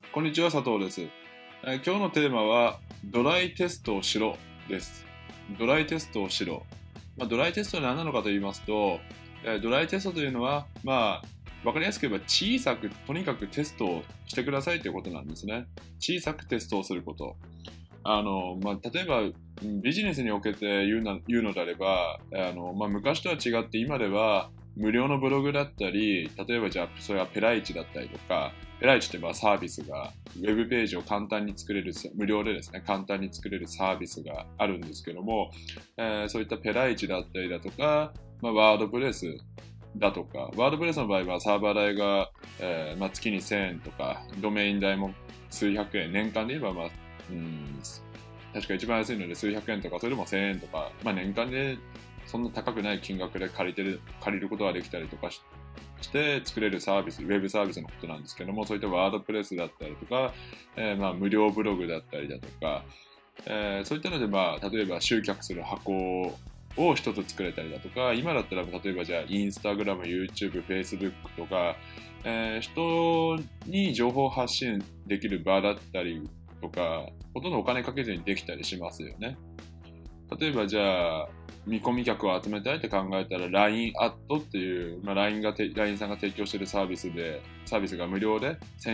こんにちは、佐藤です。今日のテーマは、ドライテストをしろです。ドライテストをしろ。ドライテストは何なのかと言いますと、ドライテストというのは、わかりやすく言えば小さく、とにかくテストをしてくださいということなんですね。小さくテストをすること。例えば、ビジネスにおけて言うのであれば、昔とは違って今では、無料のブログだったり、例えばじゃあそれはペライチだったりとか、ペライチというサービスが、ウェブページを簡単に作れる、無料でですね、簡単に作れるサービスがあるんですけども、そういったペライチだったりだとか、ワードプレスだとか、ワードプレスの場合はサーバー代が、月に1000円とか、ドメイン代も数百円、年間で言えば確か一番安いので数百円とか、それでも1000円とか、年間でそんな高くない金額で借りることができたりとかして作れるサービス、ウェブサービスのことなんですけども、そういったワードプレスだったりとか、無料ブログだったりだとか、そういったので、例えば集客する箱を一つ作れたりだとか、今だったら例えばじゃあインスタグラム、YouTube、Facebook とか、人に情報発信できる場だったりとか、ほとんどお金かけずにできたりしますよね。例えばじゃあ見込み客を集めたいって考えたら LINE アットっていう、LINE さんが提供しているサービスが無料で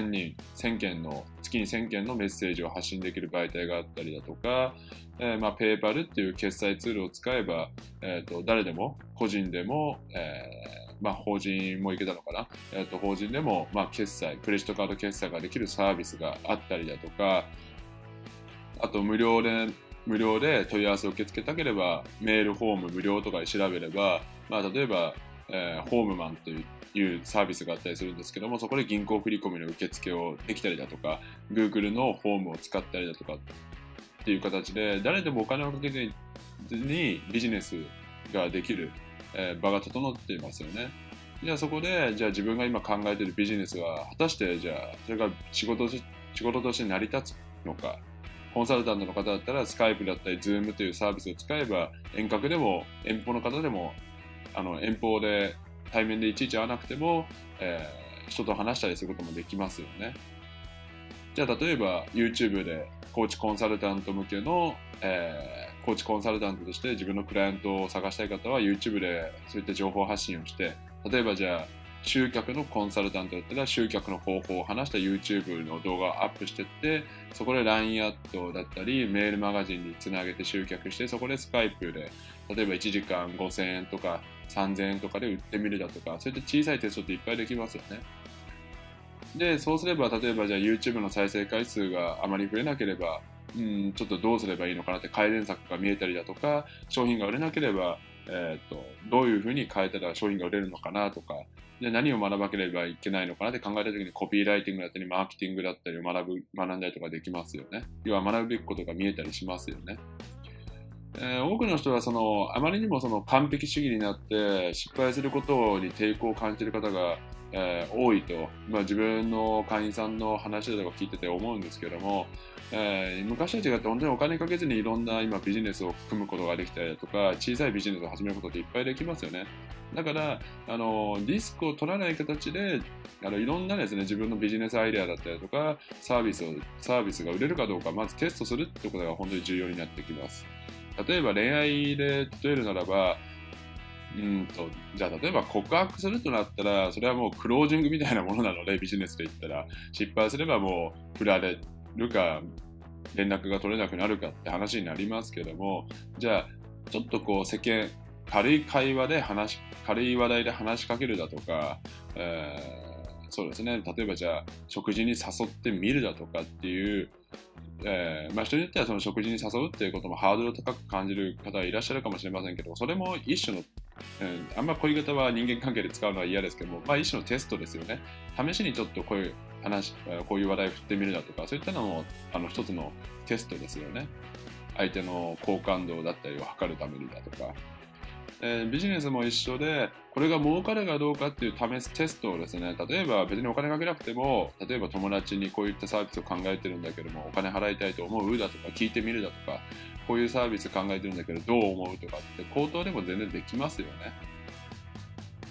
1000件の月に1000件のメッセージを発信できる媒体があったりだとか、ペイパルっていう決済ツールを使えば、誰でも個人でも、法人もいけたのかな、法人でも、決済、クレジットカード決済ができるサービスがあったりだとか、あと無料で問い合わせを受け付けたければメールフォーム無料とかで調べれば、例えば、ホームマンというサービスがあったりするんですけども、そこで銀行振込の受付をできたりだとか、Google のフォームを使ったりだとかっていう形で、誰でもお金をかけずにビジネスができる、場が整っていますよね。じゃあそこで、じゃあ自分が今考えているビジネスは果たしてじゃあそれが仕事として成り立つのか。コンサルタントの方だったらスカイプだったり Zoom というサービスを使えば遠隔でも遠方の方でも遠方で対面でいちいち会わなくても、人と話したりすることもできますよね。じゃあ例えば YouTube でコーチコンサルタント向けの、コーチコンサルタントとして自分のクライアントを探したい方は YouTube でそういった情報発信をして、例えばじゃあ集客のコンサルタントだったら集客の方法を話した YouTube の動画をアップしていって、そこで LINE アットだったりメールマガジンにつなげて集客して、そこでスカイプで例えば1時間5000円とか3000円とかで売ってみるだとか、そういった小さいテストっていっぱいできますよね。で、そうすれば例えばじゃあ YouTube の再生回数があまり増えなければ、ちょっとどうすればいいのかなって改善策が見えたりだとか、商品が売れなければどういうふうに変えたら商品が売れるのかなとか、で何を学ばなければいけないのかなって考えたときにコピーライティングだったりマーケティングだったりを学んだりとかできますよね。要は学ぶべきことが見えたりしますよね。多くの人はあまりにも完璧主義になって失敗することに抵抗を感じている方が、多いと、自分の会員さんの話とか聞いてて思うんですけども、昔と違って本当にお金かけずにいろんな今ビジネスを組むことができたりだとか、小さいビジネスを始めることっていっぱいできますよね。だからリスクを取らない形でいろんなですね、自分のビジネスアイデアだったりとかサービスが売れるかどうかまずテストするってことが本当に重要になってきます。例えば恋愛で例えるならば、じゃあ例えば告白するとなったら、それはもうクロージングみたいなものなので、ビジネスで言ったら失敗すればもう振られるか連絡が取れなくなるかって話になりますけども、じゃあちょっと軽い話題で話しかけるだとか、そうですね、例えばじゃあ食事に誘ってみるだとかっていう、人によってはその食事に誘うっていうこともハードル高く感じる方はいらっしゃるかもしれませんけど、それも一種の、あんまこういう方は人間関係で使うのは嫌ですけども、一種のテストですよね。試しにちょっとこういう話題を振ってみるだとか、そういったのも一つのテストですよね。相手の好感度だったりを測るためにだとか。ビジネスも一緒で、これが儲かるかどうかっていう試すテストをですね、例えば別にお金かけなくても、例えば友達にこういったサービスを考えてるんだけども、お金払いたいと思うだとか、聞いてみるだとか、こういうサービス考えてるんだけどどう思うとかって口頭でも全然できますよね。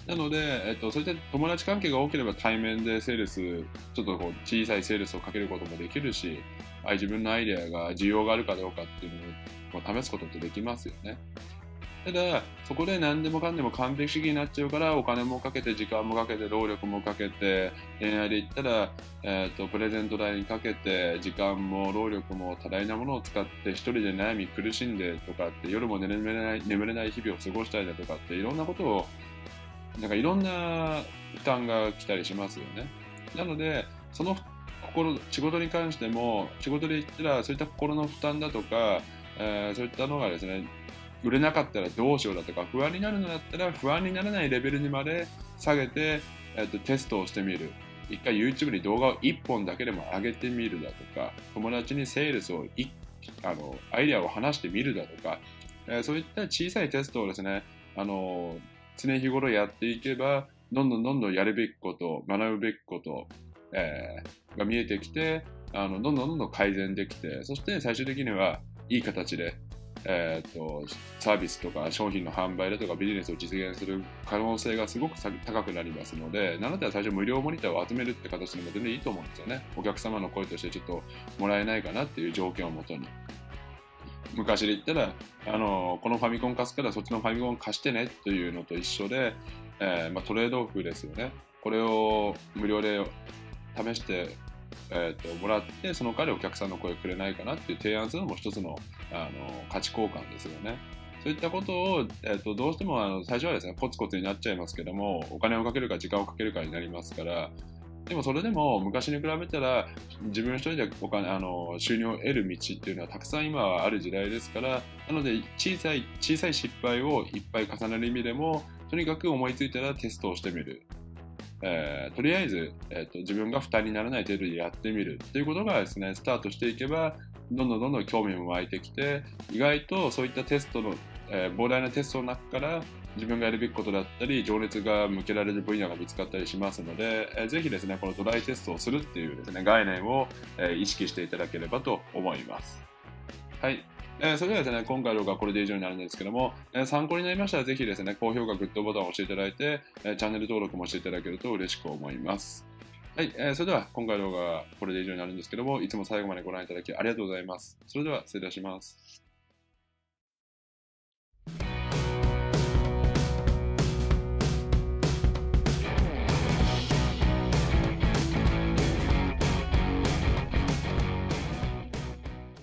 なので、そういった友達関係が多ければ対面でセールス、ちょっとこう小さいセールスをかけることもできるし、自分のアイデアが需要があるかどうかっていうのを試すことってできますよね。ただ、そこで何でもかんでも完璧主義になっちゃうから、お金もかけて、時間もかけて、労力もかけて、恋愛で言ったら、プレゼント代にかけて、時間も労力も多大なものを使って、一人で悩み苦しんでとかって、夜も眠れない日々を過ごしたりだとかって、いろんなことを、なんかいろんな負担が来たりしますよね。なので、その仕事に関しても、仕事で言ったら、そういった心の負担だとか、そういったのがですね、売れなかったらどうしようだとか、不安になるのだったら不安にならないレベルにまで下げて、テストをしてみる。一回 YouTube に動画を1本だけでも上げてみるだとか、友達にセールスをアイデアを話してみるだとか、そういった小さいテストをですね、常日頃やっていけば、どんどんやるべきこと、学ぶべきこと、が見えてきて、どんどん改善できて、そして最終的にはいい形で、サービスとか商品の販売だとかビジネスを実現する可能性がすごく高くなりますので、なので最初無料モニターを集めるって形でも全然いいと思うんですよね。お客様の声としてちょっともらえないかなっていう条件をもとに。昔で言ったら、このファミコン貸すからそっちのファミコン貸してねというのと一緒で、トレードオフですよね。これを無料で試してもらって、その代わりお客さんの声くれないかなっていう提案するのも一つの、価値交換ですよね。そういったことを、どうしても最初はですね、コツコツになっちゃいますけども、お金をかけるか時間をかけるかになりますから、でもそれでも昔に比べたら自分一人で収入を得る道っていうのはたくさん今はある時代ですから、なので小さい失敗をいっぱい重ねる意味でも、とにかく思いついたらテストをしてみる。とりあえず、自分が負担にならない程度でやってみるということがですね、スタートしていけば、どんどん興味も湧いてきて、意外とそういったテストの、膨大なテストの中から自分がやるべきことだったり、情熱が向けられる分野が見つかったりしますので、ぜひですね、このドライテストをするっていうですね、概念を、意識していただければと思います。はい。それではですね、今回の動画はこれで以上になるんですけども、参考になりましたらぜひですね、高評価、グッドボタンを押していただいて、チャンネル登録もしていただけると嬉しく思います。はい。それでは今回の動画はこれで以上になるんですけども、いつも最後までご覧いただきありがとうございます。それでは失礼いたします。